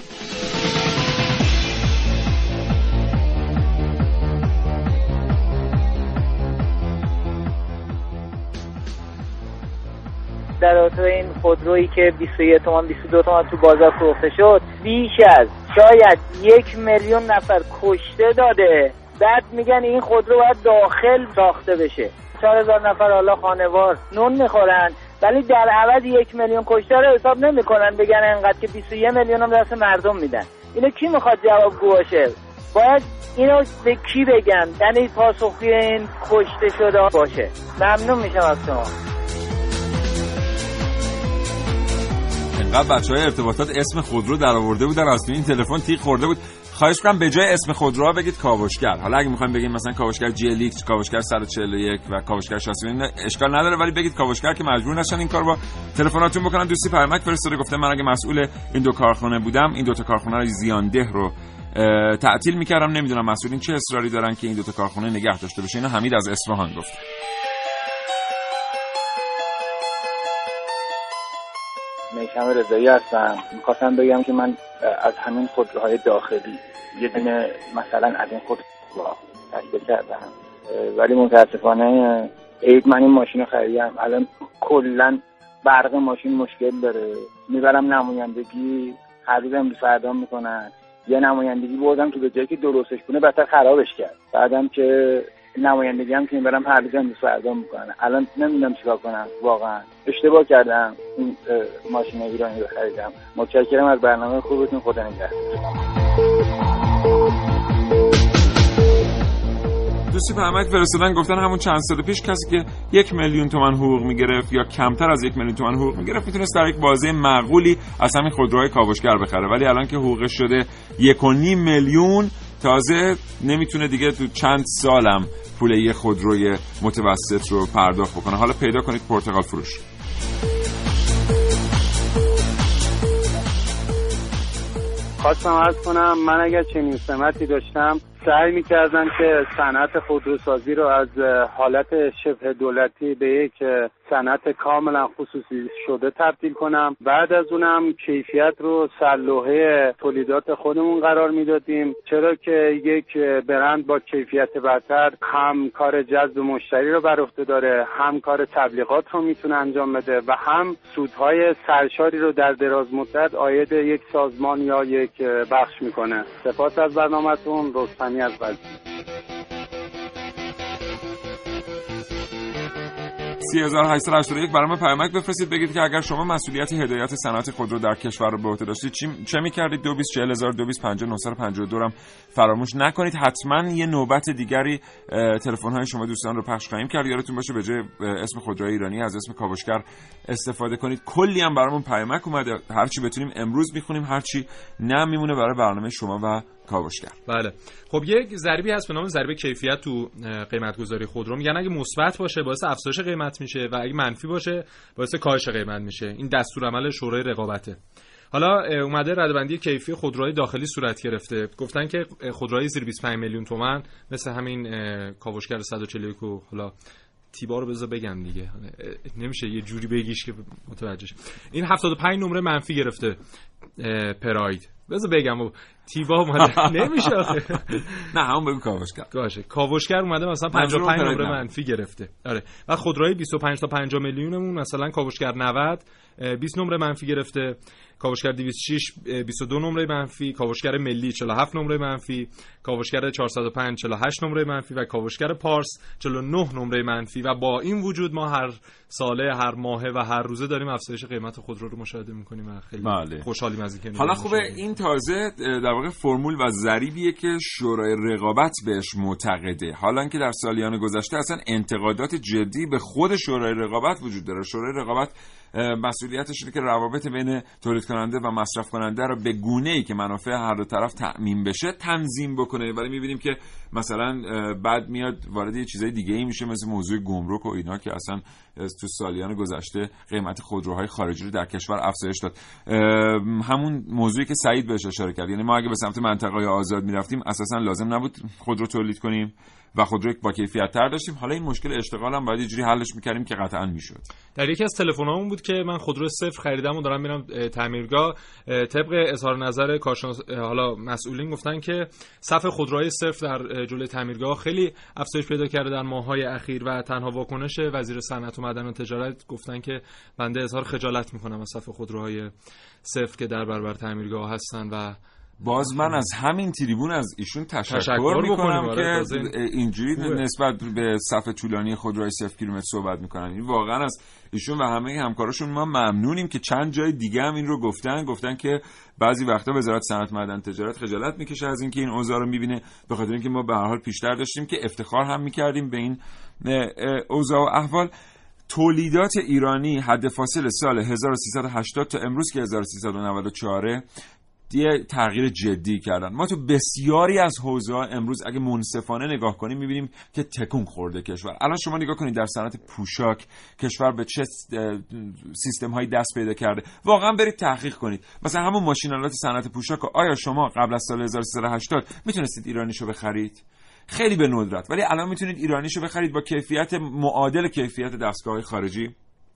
در رابطه این خودرویی که بیست و یک تومان بیست و دو تومان تو بازار فروخته شد، بیش از شاید یک میلیون نفر کشته داده. بعد میگن این خودرو باید داخل ساخته بشه. چهار هزار نفر حالا خانوار نون میخورن ولی در عوض یک میلیون کشته رو حساب نمیکنن، بگن انقدر که بیست و یک میلیون هم دست مردم میدن. اینو کی میخواد جوابگو باشه؟ باید اینو به کی بگن؟ یعنی پاسخگوی این کشته شده باشه. ممنون میشم از شما. اینقدر بچهای ارتباطات اسم خودرو در آورده بودن از این تلفن تیغ خورده بود. خواهش می‌کنم به جای اسم خودروها بگید کاوشگر. حالا اگه می‌خوایم بگیم مثلا کاوشگر جی ال ایکس، کاوشگر صد و چهل و یک و کاوشگر شصت و نه اشکال نداره، ولی بگید کاوشگر که مجبور نشن این کار با تلفناتون بکنن. دوستی پیامک فرستاده گفته من اگه مسئول این دو کارخونه بودم این دو تا کارخونه رو زیانده رو تعطیل می‌کردم. نمیدونم مسئولین چه اصراری دارن که این دو تا کارخونه نگه داشته بشه. اینو حمید از اصفهان گفت. میثم رضایی هستم. می‌خواستم بگم که من از همین خودروهای داخلی یه دونه مثلا از این خودروها تهیه کردم ولی متاسفانه عید من این ماشین رو خریدم. الان کلا برق ماشین مشکل داره. میبرم نمایندگی هر روز امروز فردا میکنن. یه نمایندگی بردم تو به جایی که درستش کنه بدتر خرابش کرد. بعدم که نمایندگی هم که میبرم هر روز امروز فردا میکنن. الان نمیدونم چیکار کنم. واقعا اشتباه کردم این ماشین ایرانی رو خریدم. متشکرم از برنامه خوبتون. خدا نگهدار. دوستی پیامک فرستادن گفتن همون چند سال پیش کسی که یک میلیون تومان حقوق میگرفت یا کمتر از یک میلیون تومان حقوق میگرفت میتونست در یک بازه معقولی از همین خودروهای کاوشگر بخره، ولی الان که حقوقش شده یک و نیم میلیون تازه نمیتونه دیگه تو چند سالم پول یه خودروی متوسط رو پرداخت بکنه. حالا پیدا کنید پرتقال فروش. خواستم عرض کنم من اگر چنین سمتی داشتم سعی می‌کردم که صنعت خودروسازی رو از حالت شبه دولتی به یک صنعت کاملا خصوصی شده تبدیل کنم. بعد از اونم کیفیت رو سر لوحه تولیدات خودمون قرار میدادیم، چرا که یک برند با کیفیت برتر هم کار جذب مشتری رو بر عهده داره، هم کار تبلیغات رو میتونه انجام بده و هم سودهای سرشاری رو در دراز مدت عاید یک سازمان یا یک بخش میکنه. سپاس از برنامه‌تون. رستمی از بازی. سی هزار و هشتصد و هشتاد و یک برای ما پیامک بفرستید بگید که اگر شما مسئولیت هدایت صنعت خودرو در کشور رو به عهده داشتید چه می‌کردید. دو بیست چهل هزار دو بیست پنجاه نهصد و پنجاه و دو هم فراموش نکنید. حتما یه نوبت دیگری تلفن‌های شما دوستان رو پخش خواهیم کرد. یادتون باشه به جای اسم خودروی ایرانی از اسم کاوشگر استفاده کنید. کلی هم برامون پیامک اومده، هر چی بتونیم امروز می‌خونیم، هر چی نه میمونه برای برنامه شما و کاوشگر. بله خب یک ضریبی هست به نام ضریب کیفیت تو قیمت گذاری خودرو. میگن اگه مثبت باشه باعث افزایش قیمت میشه و اگه منفی باشه باعث کاهش قیمت میشه. این دستورالعمل شورای رقابته. حالا اومده ردبندی کیفی خودروهای داخلی صورت گرفته. گفتن که خودروهای زیر بیست و پنج میلیون تومان مثل همین کاوشگر صد و چهل و یک و حالا تیبا رو بذار بگم دیگه، نمیشه یه جوری بگیش که متوجه شه. این هفتاد و پنج نمره منفی گرفته پراید. بذار بگم و تیبا اومده نمیشه آخه. نه همون بگو کاوشگر. باشه کاوشگر اومده مثلا پنجاه و پنج نمره منفی گرفته. آره و خودروهای بیست و پنج تا پنجاه میلیونمون مثلا کاوشگر نود بیست نمره منفی گرفته، کاوشگر دویست و شش بیست و دو نمره منفی، کاوشگر ملی چهل و هفت نمره منفی، کاوشگر چهارصد و پنج چهل و هشت نمره منفی و کاوشگر پارس چهل و نه نمره منفی. و با این وجود ما هر ساله هر ماهه و هر روزه داریم افزایش قیمت خودرو رو مشاهده می‌کنیم و خیلی بله. خوشحالیم از اینکه حالا خوبه این تازه در واقع فرمول و ضریبیه که شورای رقابت بهش معتقده. حالا اینکه در سالیان گذشته اصلا انتقادات جدی به خود شورای رقابت وجود داره. شورای رقابت مسئولیتش اینه که روابط بین تولید کننده و مصرف کننده رو به گونه‌ای که منافع هر دو طرف تأمین بشه تنظیم بکنه، ولی می‌بینیم که مثلا بعد میاد وارد یه چیزای دیگه‌ای میشه مثل موضوع گمرک و اینا که اصلا تو سالیان گذشته قیمت خودروهای خارجی رو در کشور افزایش داد. همون موضوعی که سعید بهش اشاره کرد، یعنی ما اگه به سمت منطقه‌های آزاد می‌رفتیم اساساً لازم نبود خودرو تولید کنیم و خودروی با کیفیت تر داشتیم. حالا این مشکل اشتغال هم باید یه جوری حلش می‌کردیم که قطعاً میشد. در یکی از تلفن‌هامون بود که من خودرو صفر خریدم و دارم میرم تعمیرگاه. طبق اظهار نظر کارشناس حالا مسئولین گفتن که صف خودروهای صفر در جلوی تعمیرگاه خیلی افزایش پیدا کرده در ماه‌های اخیر و تنها واکنش وزیر صنعت و معدن و تجارت گفتن که بنده اظهار خجالت می‌کنم از صف خودروهای صفر که در برابر تعمیرگاه هستن و باز من از همین تریبون از ایشون تشکر, تشکر میکنم که اینجوری نسبت به صف طولانی خودروهای صفر کیلومتر صحبت میکنن. این واقعا از ایشون و همه همکاراشون ما ممنونیم که چند جای دیگه هم این رو گفتن گفتن که بعضی وقتا وزارت صنعت معدن تجارت خجالت میکشه از اینکه این اوضاع رو میبینه، به خاطر اینکه ما به هر حال پیشتر داشتیم که افتخار هم میکردیم به این اوضاع و احوال. تولیدات ایرانی حد فاصل سال هزار و سیصد و هشتاد تا امروز که هزار و سیصد و نود و چهار یه تغییر جدی کردن. ما تو بسیاری از حوزه‌ها امروز اگه منصفانه نگاه کنیم می‌بینیم که تکون خورده کشور. الان شما نگاه کنید در صنعت پوشاک کشور به چه سیستم‌هایی دست پیدا کرده. واقعا برید تحقیق کنید. مثلا همون ماشین‌آلات صنعت پوشاک، آیا شما قبل از سال هزار و سیصد و هشتاد میتونستید ایرانیشو بخرید؟ خیلی به ندرت. ولی الان میتونید ایرانیشو بخرید با کیفیت معادل کیفیت دستگاه‌های خارجی.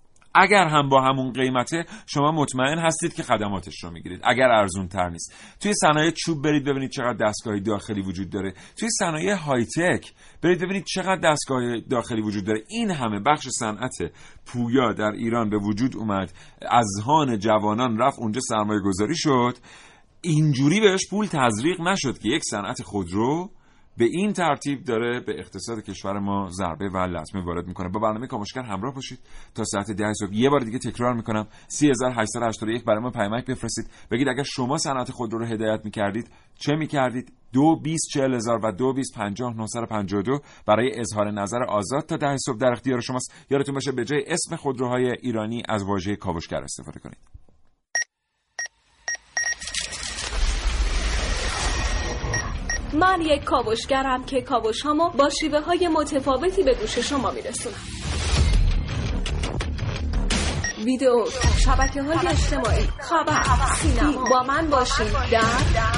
اگر هم با همون قیمته شما مطمئن هستید که خدماتش رو میگیرید، اگر ارزون تر نیست. توی صنایع چوب برید ببینید چقدر دستگاه داخلی وجود داره. توی صنایع های تک برید ببینید چقدر دستگاه داخلی وجود داره. این همه بخش صنعت پویا در ایران به وجود اومد، اذهان جوانان رفت اونجا سرمایه گذاری شد. اینجوری بهش پول تزریق نشد که یک صنعت خودرو به این ترتیب داره به اقتصاد کشور ما ضربه و لطمه وارد میکنه. با برنامه کاوشگر همراه باشید تا ساعت ده صبح. یه بار دیگه تکرار میکنم سه هزار و هشتصد و هشتاد و یک برای ما پیامک بفرستید، بگید اگر شما صنعت خودرو رو هدایت میکردید چه میکردید. دو بیست چهل هزار و دو بیست پنجاه نهصد و پنجاه و دو برای اظهار نظر آزاد تا ده صبح در اختیار شماست. یادتون باشه به جای اسم خودروهای ایرانی از واژه کاوشگر استفاده کنید. من یک کاوشگرم که کاوش‌هامو با شیوه‌های متفاوتی به گوش شما میرسونم. ویدیو، شبکه‌های اجتماعی، خبر، سینما. با من باشید در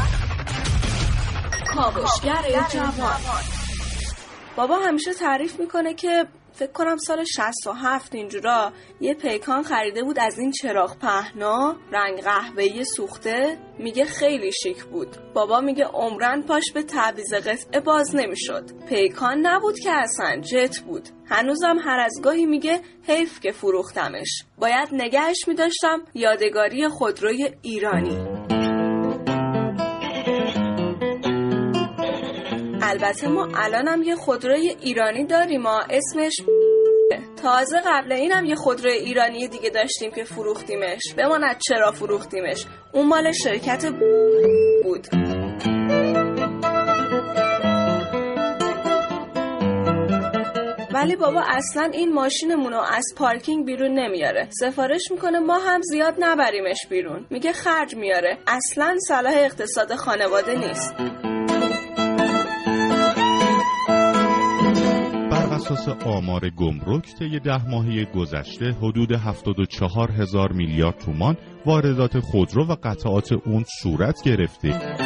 کاوشگر جوان. بابا همیشه تعریف میکنه که فکر کنم سال شصت و هفت اینجورا یه پیکان خریده بود از این چراغ پهنا رنگ قهوه‌ای سوخته، میگه خیلی شیک بود. بابا میگه عمرن پاش به تعویض قطعه باز نمیشد. پیکان نبود که اصلا جت بود. هنوزم هر از گاهی میگه حیف که فروختمش، باید نگهش میداشتم یادگاری خودروی ایرانی. البته ما الانم یه خودروی ایرانی داریم، ما اسمش تازه قبل اینم یه خودروی ایرانی دیگه داشتیم که فروختیمش. بماند چرا فروختیمش، اون مال شرکت بود. ولی بابا اصلا این ماشینمونو از پارکینگ بیرون نمیاره، سفارش میکنه ما هم زیاد نبریمش بیرون، میگه خرج میاره، اصلا صلاح اقتصاد خانواده نیست. اساس آمار گمرک طی ده ماهه گذشته حدود هفتاد و چهار هزار میلیارد تومان واردات خودرو و قطعات اون صورت گرفته.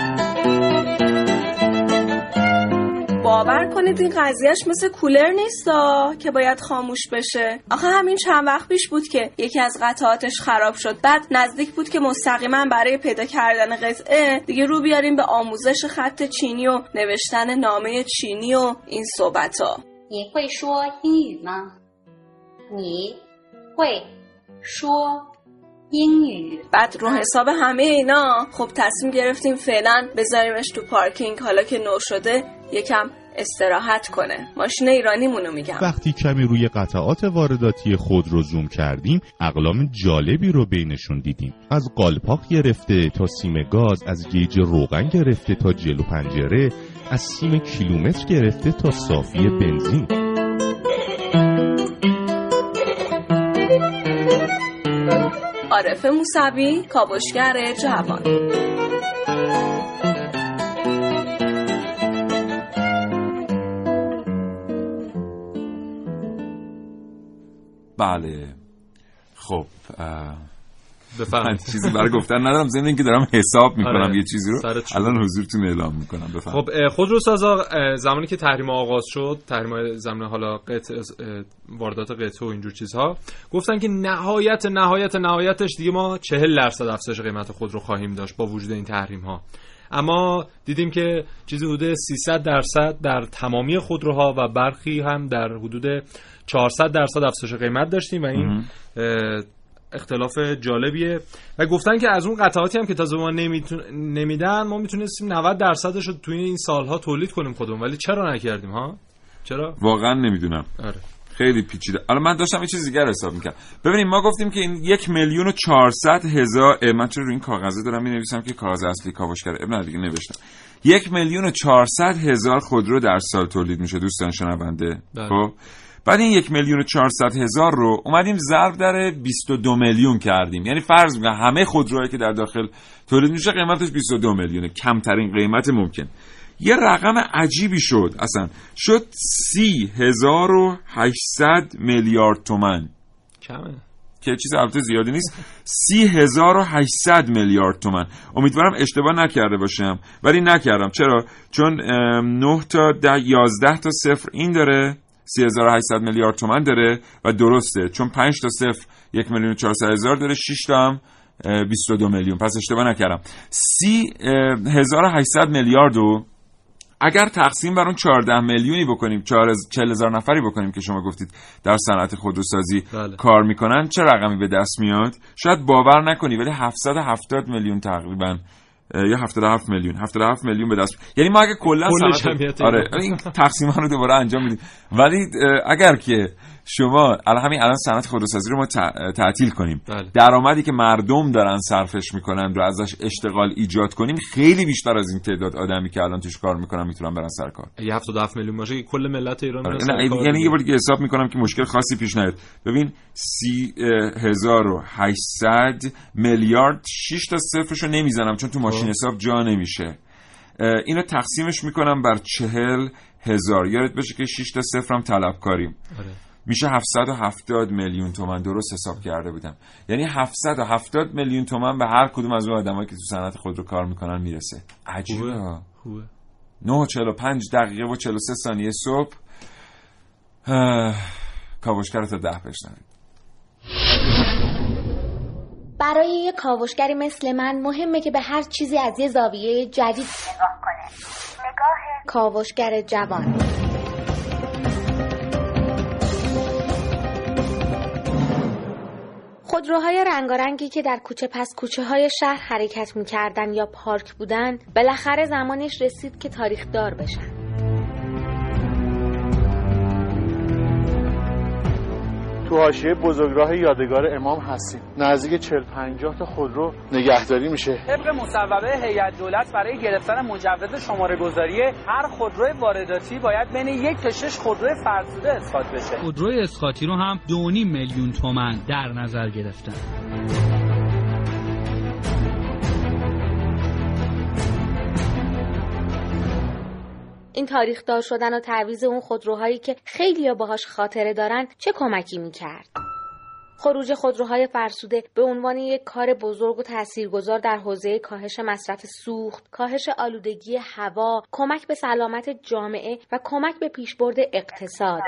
باور کنید این قضیهش مثل کولر نیستا که باید خاموش بشه. آخه همین چند وقت پیش بود که یکی از قطعاتش خراب شد، بعد نزدیک بود که مستقیما برای پیدا کردن قطعه دیگه رو بیاریم به آموزش خط چینی و نوشتن نامه چینی و این صحبتا. 你会说英语吗？你会说英语 بعد رو حساب همه اینا خب تصمیم گرفتیم فعلا بذاریمش تو پارکینگ، حالا که نو شده یکم استراحت کنه. ماشین ایرانیمونو میگم. وقتی کمی روی قطعات وارداتی خود رو زوم کردیم اقلام جالبی رو بینشون دیدیم، از قالپاق گرفته تا سیم گاز، از گیج روغن گرفته تا جلو پنجره، از سیم کیلومتر گرفته تا صافی بنزین. عارف موسوی، کاوشگر جوان. بله. خب بفرمایید. چیزی برای گفتن ندارم، ضمن اینکه دارم حساب میکنم آره. یه چیزی رو الان حضورتون اعلام میکنم. بفرمایید. خب خودروسازا زمانی که تحریم آغاز شد، تحریم زمینه حالا قطع واردات قطع و اینجور چیزها، گفتن که نهایت نهایت نهایتش دیگه ما چهل درصد افزایش قیمت خودرو خواهیم داشت با وجود این تحریم ها. اما دیدیم که چیزی حدود سیصد درصد در تمامی خودروها و برخی هم در حدود چهارصد درصد افزایش قیمت داشتیم و این اختلاف جالبیه. و گفتن که از اون قطعاتی هم که تازه ما نمیتون... نمیدن ما میتونستیم نود درصدش رو توی این سالها تولید کنیم خودمون، ولی چرا نکردیم ها؟ چرا؟ واقعا نمیدونم. آره. خیلی پیچیده. الان من داشتم یه چیز دیگه رو حساب می‌کردم. ببینیم ما گفتیم که این یک میلیون و چهارصد هزار، من چرا روی این کاغذه دارم می‌نویسم که کاغذ اصلی کاوشگر ابن دیگه نوشتم. یک میلیون و چهارصد هزار خودرو در سال تولید میشه دوستان شنونده. خب بعد این یک میلیون و چهارصد هزار رو اومدیم ضرب در بیست و دو میلیون کردیم. یعنی فرض می‌کنم همه خودروهایی که در داخل تولید میشه قیمتش بیست و دو میلیونه، کمترین قیمت ممکن. یه رقم عجیبی شد، اصلا شد سی هزار و هشتصد میلیارد تومان. کمه که چیز البته زیادی نیست. سی هزار و هشتصد میلیارد تومان. امیدوارم اشتباه نکرده باشم ولی نکردم. چرا؟ چون نه تا ده یازده تا صفر این داره، سی هزار و هشتصد میلیارد تومان داره و درسته، چون پنج تا صفر یک میلیون و چهارصد هزار داره، شش تا هم بیست و دو میلیون. پس اشتباه نکردم. سی هزار و هشتصد میلیارد رو اگر تقسیم بر اون چهارده میلیونی بکنیم، چهل هزار نفری بکنیم که شما گفتید در صنعت خودروسازی بله. کار میکنن، چه رقمی به دست میاد؟ شاید باور نکنی ولی هفتصد و هفتاد میلیون تقریبا، یا هفتاد و هفت میلیون هفتاد و هفت میلیون به دست. یعنی ما اگه کلا صنعت آره این تقسیم ها رو دوباره انجام میدیم، ولی اگر که شما الان همین الان صنعت خودروسازی رو ما تعطیل کنیم، بله. درآمدی که مردم دارن صرفش میکنن رو ازش اشتغال ایجاد کنیم، خیلی بیشتر از این تعداد آدمی که الان توش کار میکنن میتونن برن سر کار. یه هفتاد و هفت میلیون باشه که کل ملت ایران آره. نه یعنی یه بار دیگه حساب میکنم که مشکل خاصی پیش نیاد. ببین سی هزار و هشتصد میلیارد، شش تا صفرشو نمیزنم چون تو ماشین حساب جا نمیشه. اینو تقسیمش میکنم بر چهل هزار، یادت باشه که شش تا صفرم طلبکاریم. آره. میشه هفتصد و هفتاد میلیون تومان. درست حساب کرده بودم. یعنی هفتصد و هفتاد میلیون تومان به هر کدوم از اون آدمایی که تو صنعت خودرو کار میکنن میرسه. عجیبه ها. خوبه. نه و چهل و پنج دقیقه و چهل و سه ثانیه صبح. کاوشگر تا ده بشنوید. برای یک کاوشگری مثل من مهمه که به هر چیزی از یه زاویه جدید نگاه کنه. نگاه کاوشگر جوان. خودروهای رنگارنگی که در کوچه پس کوچه های شهر حرکت می‌کردن یا پارک بودن، بالاخره زمانش رسید که تاریخ دار بشن. تو حاشیه بزرگراه یادگار امام هستیم. نزدیک چهل پنجاه تا خودرو نگهداری میشه. طبق مصوبه هیئت دولت برای گرفتن مجوز شماره گذاری هر خودرو وارداتی باید بین یک تا شش خودرو فرسوده اسقاط بشه. خودرو اسقاطی رو هم دو و نیم میلیون تومان در نظر گرفتن. این تاریخ دار شدن و تعویض اون خودروهایی که خیلی‌ها باهاش خاطره دارن چه کمکی میکرد؟ خروج خودروهای فرسوده به عنوان یک کار بزرگ و تاثیرگذار در حوزه کاهش مصرف سوخت، کاهش آلودگی هوا، کمک به سلامت جامعه و کمک به پیشبرد اقتصاد.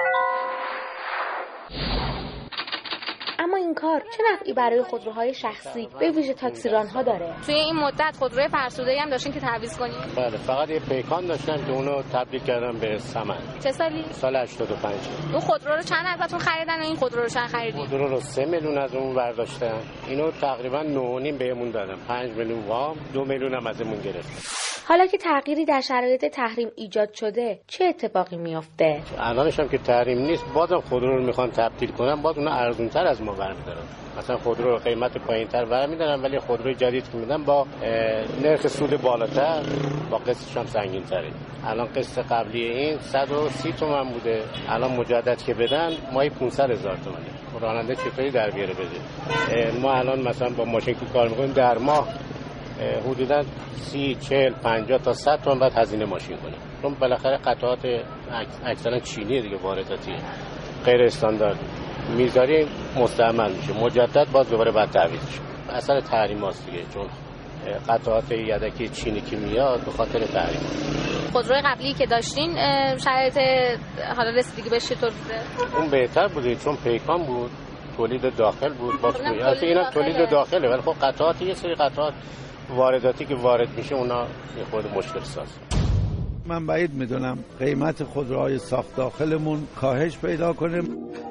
اما این کار چه نفعی برای خودروهای شخصی به ویژه تاکسیران‌ها داره؟ توی این مدت خودروی فرسوده‌ای هم داشتین که تعویض کنین؟ بله، فقط یه پیکان داشتم که اونو تبدیل کردم به سمن. چه سالی؟ سال هشتاد و پنج. اون خودرو رو چند ازتون خریدن و این خودرو رو چند خریدین؟ خودرو رو سه میلیون از اون برداشتن. اینو تقریبا نه و نیم بهمون دادم. پنج میلیون وام، دو میلیون هم ازمون گرفتن. حالا که تغییری در شرایط تحریم ایجاد شده، چه اتفاقی میفته؟ الانش هم که تحریم نیست، بازم خودرو رو میخوان تبدیل کنن، باز اونها ارزان‌تر از ما برمی‌دارن. مثلا خودرو رو قیمت پایین‌تر برمی‌دارن ولی خودروی جدید که میدن با نرخ سود بالاتر، با قسطش هم سنگین‌تره. الان قسط قبلی این صد و سی تومن بوده، الان مجدد که بدن ماهی پانصد هزار تومانه. راننده چطوری در بیاره بده؟ ما الان مثلا با ماشین که کار می‌کنیم در ماه حدوداً سی، چهل، پنجاه تا صد تومن بعد هزینه ماشین کنیم. چون بالاخره قطعات اکثرا چینی دیگه وارداتیه، غیر استاندارد. میذاری مستعمل میشه، مجدد باز دوباره بعد تعویض میشه. اصلا تحریم هاست دیگه، چون قطعات یدکی چینی که میاد به خاطر تحریم. خودروی قبلی که داشتین شرایط حالا رسیدگی بهش چطور بوده؟ اون بهتر بوده چون پیکان بود، تولید داخل بود. با اصلا اینا تولید داخله، ولی خب قطعات یه سری قطعات وارداتی که وارد میشه اونا یه خود مشکل ساز. من بعید میدونم قیمت خودروهای صاف داخلمون کاهش پیدا کنه.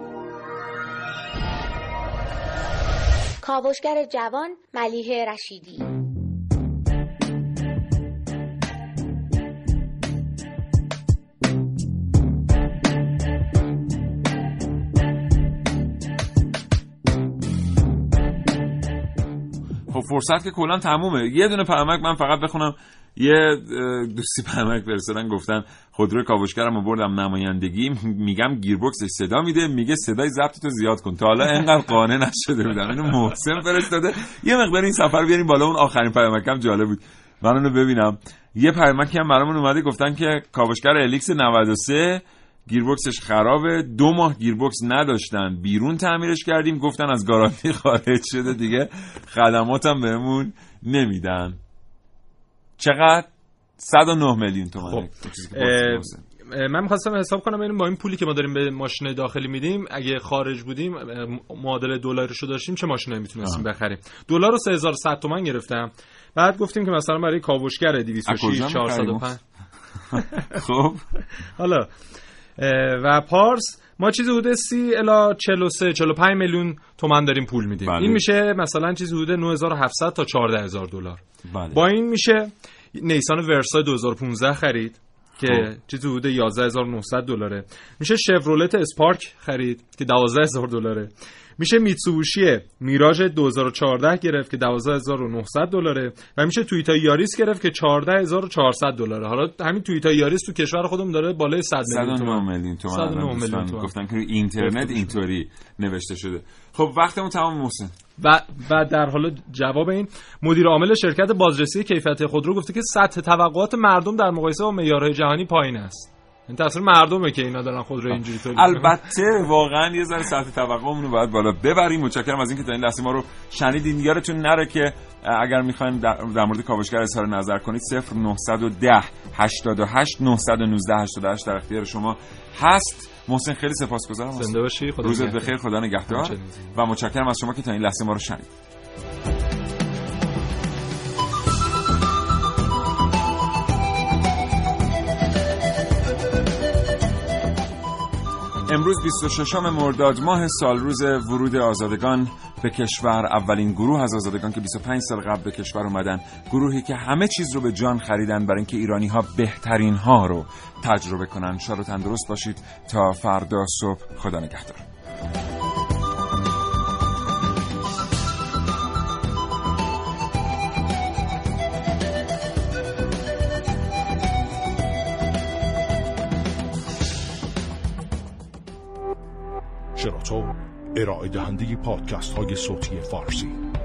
کاوشگر جوان ملیحه رشیدی. خب فرصت که کلا تمومه. یه دونه پیامک من فقط بخونم. یه دوستی پیامک فرستادن گفتن خودروی کاوشگرمو بردم نمایندگی، میگم گیربکسش صدا میده، میگه صدای ضبط تو زیاد کن. تا حالا اینقدر قانع نشده بودم. اینو محسن فرستاده. یه مقدار این سفر بیاریم بالا. اون آخرین پیامکم جالب بود. من اونو ببینم. یه پیامکی هم برامون اومده گفتن که کاوشگر الیکس نود و سه گیربکسش خرابه، دو ماه گیربکس نداشتن، بیرون تعمیرش کردیم، گفتن از گارانتی خارج شده، دیگه خدماتم بهمون نمیدن. چقدر؟ صد و نه میلیون تومان. خب من می‌خواستم حساب کنم ببینیم با این پولی که ما داریم به ماشین داخلی میدیم اگه خارج بودیم معادل دلاریشو داشتیم چه ماشینایی میتونستیم بخریم. دلار رو سه هزار و صد تومان گرفتم. بعد گفتیم که مثلا برای کاوشگر دویست و شش چهارصد و پنج خب حالا و پارس ما چیزی حدود سی الی چهل و سه چهل و پنج میلیون تومان داریم پول میدیم. بله. این میشه مثلا چیزی حدود نه هزار و هفتصد تا چهارده هزار دلار. بله. با این میشه نیسان ورسای دو هزار و پانزده خرید که خب. چیزی حدود یازده هزار و نهصد دلاره. میشه شفرولت اسپارک خرید که دوازده هزار دلاره. میشه میتسوبوشی میراژ دو هزار و چهارده گرفت که دوازده هزار و نهصد دلاره و میشه تویوتا یاریس گرفت که چهارده هزار و چهارصد دلاره. حالا همین تویوتا یاریس تو کشور خودمون داره بالای صد میلیون تومان. میلیون تومان گفتن که اینترنت اینطوری نوشته شده. خب وقتمون تمام محسن. و و در حال جواب این مدیر عامل شرکت بازرسی کیفیت خودرو گفته که سطح توقعات مردم در مقایسه با معیارهای جهانی پایین است. این تاثیر مردمه که اینا دارن خودرو اینجوری تولید می‌کنن. البته واقعا یه ذره سطح توقعمون رو باید بالا ببریم. متشکرم از اینکه تا این لحظه ما رو شنیدین. یادتون نره که اگر می‌خواید در, در مورد کاوشگر اظهار نظر کنید صفر نه یک صفر هشتاد و هشت نه یک نه هشتاد و هشت در اختیار شما هست. محسن خیلی سپاسگزارم. زنده باشی. خدا روزت بخیر. خدا نگهدار. و متشکرم از شما که تا این لحظه ما رو شنیدید. امروز بیست و ششم مرداد ماه سال روز ورود آزادگان به کشور. اولین گروه از آزادگان که بیست و پنج سال قبل به کشور اومدن، گروهی که همه چیز رو به جان خریدن برای اینکه ایرانی ها بهترین ها رو تجربه کنن. شاد و تندرست باشید تا فردا صبح. خدا نگهدار. شنوتو ارائه دهنده پادکست های صوتی فارسی.